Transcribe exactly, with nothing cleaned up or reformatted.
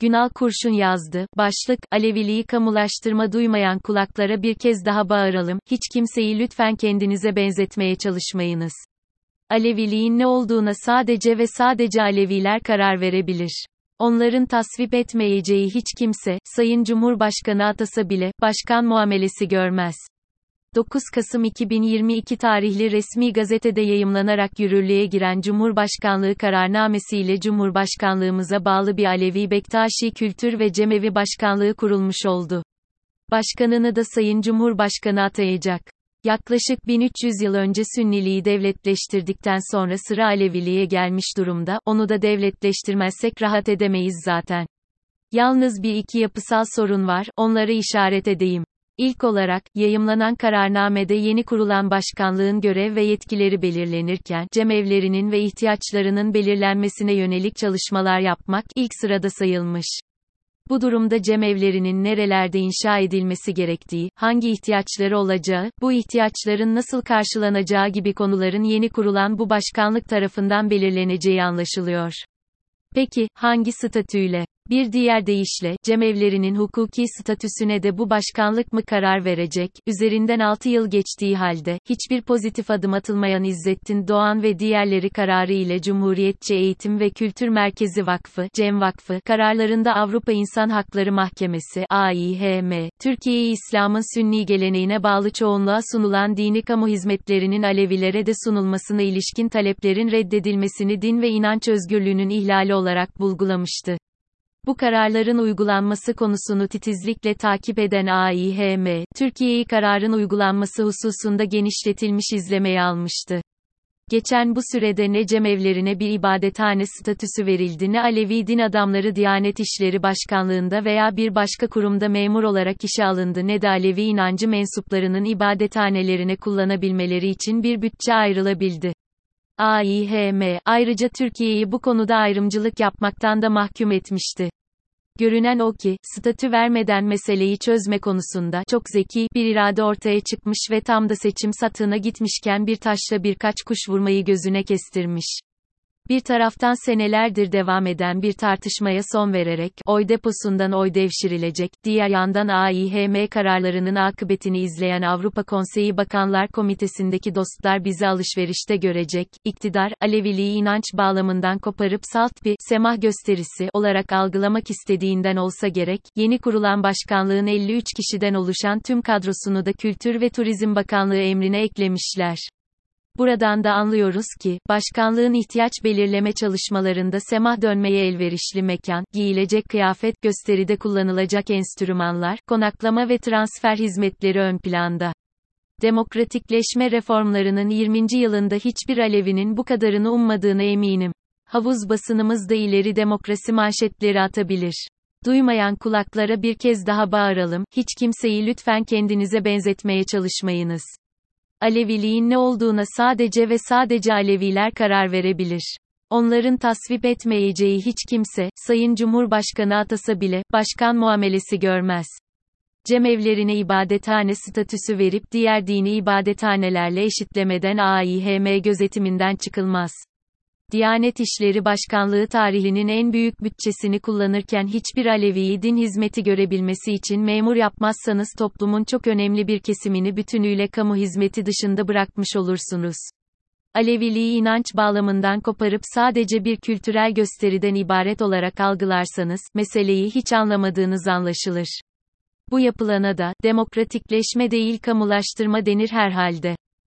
Günal Kurşun yazdı. Başlık, Aleviliği kamulaştırma. Duymayan kulaklara bir kez daha bağıralım, hiç kimseyi lütfen kendinize benzetmeye çalışmayınız. Aleviliğin ne olduğuna sadece ve sadece Aleviler karar verebilir. Onların tasvip etmeyeceği hiç kimse, Sayın Cumhurbaşkanı atasa bile, başkan muamelesi görmez. dokuz Kasım iki bin yirmi iki tarihli resmi gazetede yayımlanarak yürürlüğe giren Cumhurbaşkanlığı kararnamesiyle Cumhurbaşkanlığımıza bağlı bir Alevi Bektaşi Kültür ve Cemevi Başkanlığı kurulmuş oldu. Başkanını da Sayın Cumhurbaşkanı atayacak. Yaklaşık bin üç yüz yıl önce Sünniliği devletleştirdikten sonra sıra Aleviliğe gelmiş durumda, onu da devletleştirmezsek rahat edemeyiz zaten. Yalnız bir iki yapısal sorun var, onları işaret edeyim. İlk olarak, yayımlanan kararnamede yeni kurulan başkanlığın görev ve yetkileri belirlenirken, cemevlerinin ve ihtiyaçlarının belirlenmesine yönelik çalışmalar yapmak, ilk sırada sayılmış. Bu durumda cemevlerinin nerelerde inşa edilmesi gerektiği, hangi ihtiyaçları olacağı, bu ihtiyaçların nasıl karşılanacağı gibi konuların yeni kurulan bu başkanlık tarafından belirleneceği anlaşılıyor. Peki, hangi statüyle? Bir diğer deyişle, cemevlerinin hukuki statüsüne de bu başkanlık mı karar verecek? Üzerinden altı yıl geçtiği halde, hiçbir pozitif adım atılmayan İzzettin Doğan ve diğerleri kararı ile Cumhuriyetçi Eğitim ve Kültür Merkezi Vakfı, Cem Vakfı, kararlarında Avrupa İnsan Hakları Mahkemesi, A İ H M, Türkiye-i İslam'ın Sünni geleneğine bağlı çoğunluğa sunulan dini kamu hizmetlerinin Alevilere de sunulmasına ilişkin taleplerin reddedilmesini din ve inanç özgürlüğünün ihlali olarak bulgulamıştı. Bu kararların uygulanması konusunu titizlikle takip eden A İ H M, Türkiye'yi kararın uygulanması hususunda genişletilmiş izlemeye almıştı. Geçen bu sürede ne cemevlerine bir ibadethane statüsü verildi ne Alevi din adamları Diyanet İşleri Başkanlığında veya bir başka kurumda memur olarak işe alındı ne de Alevi inancı mensuplarının ibadethanelerine kullanabilmeleri için bir bütçe ayrılabildi. A İ H M, ayrıca Türkiye'yi bu konuda ayrımcılık yapmaktan da mahkum etmişti. Görünen o ki, statü vermeden meseleyi çözme konusunda çok zeki bir irade ortaya çıkmış ve tam da seçim satığına gitmişken bir taşla birkaç kuş vurmayı gözüne kestirmiş. Bir taraftan senelerdir devam eden bir tartışmaya son vererek, oy deposundan oy devşirilecek, diğer yandan A İ H M kararlarının akıbetini izleyen Avrupa Konseyi Bakanlar Komitesi'ndeki dostlar bizi alışverişte görecek, iktidar, Aleviliği inanç bağlamından koparıp salt bir, semah gösterisi olarak algılamak istediğinden olsa gerek, yeni kurulan başkanlığın elli üç kişiden oluşan tüm kadrosunu da Kültür ve Turizm Bakanlığı emrine eklemişler. Buradan da anlıyoruz ki, başkanlığın ihtiyaç belirleme çalışmalarında semah dönmeye elverişli mekan, giyilecek kıyafet, gösteride kullanılacak enstrümanlar, konaklama ve transfer hizmetleri ön planda. Demokratikleşme reformlarının yirminci yılında hiçbir Alevinin bu kadarını ummadığına eminim. Havuz basınımız da ileri demokrasi manşetleri atabilir. Duymayan kulaklara bir kez daha bağıralım, hiç kimseyi lütfen kendinize benzetmeye çalışmayınız. Aleviliğin ne olduğuna sadece ve sadece Aleviler karar verebilir. Onların tasvip etmeyeceği hiç kimse, Sayın Cumhurbaşkanı atasa bile, başkan muamelesi görmez. Cemevlerine ibadethane statüsü verip diğer dini ibadethanelerle eşitlemeden A İ H M gözetiminden çıkılmaz. Diyanet İşleri Başkanlığı tarihinin en büyük bütçesini kullanırken hiçbir Alevi'yi din hizmeti görebilmesi için memur yapmazsanız toplumun çok önemli bir kesimini bütünüyle kamu hizmeti dışında bırakmış olursunuz. Aleviliği inanç bağlamından koparıp sadece bir kültürel gösteriden ibaret olarak algılarsanız, meseleyi hiç anlamadığınız anlaşılır. Bu yapılana da, demokratikleşme değil kamulaştırma denir herhalde.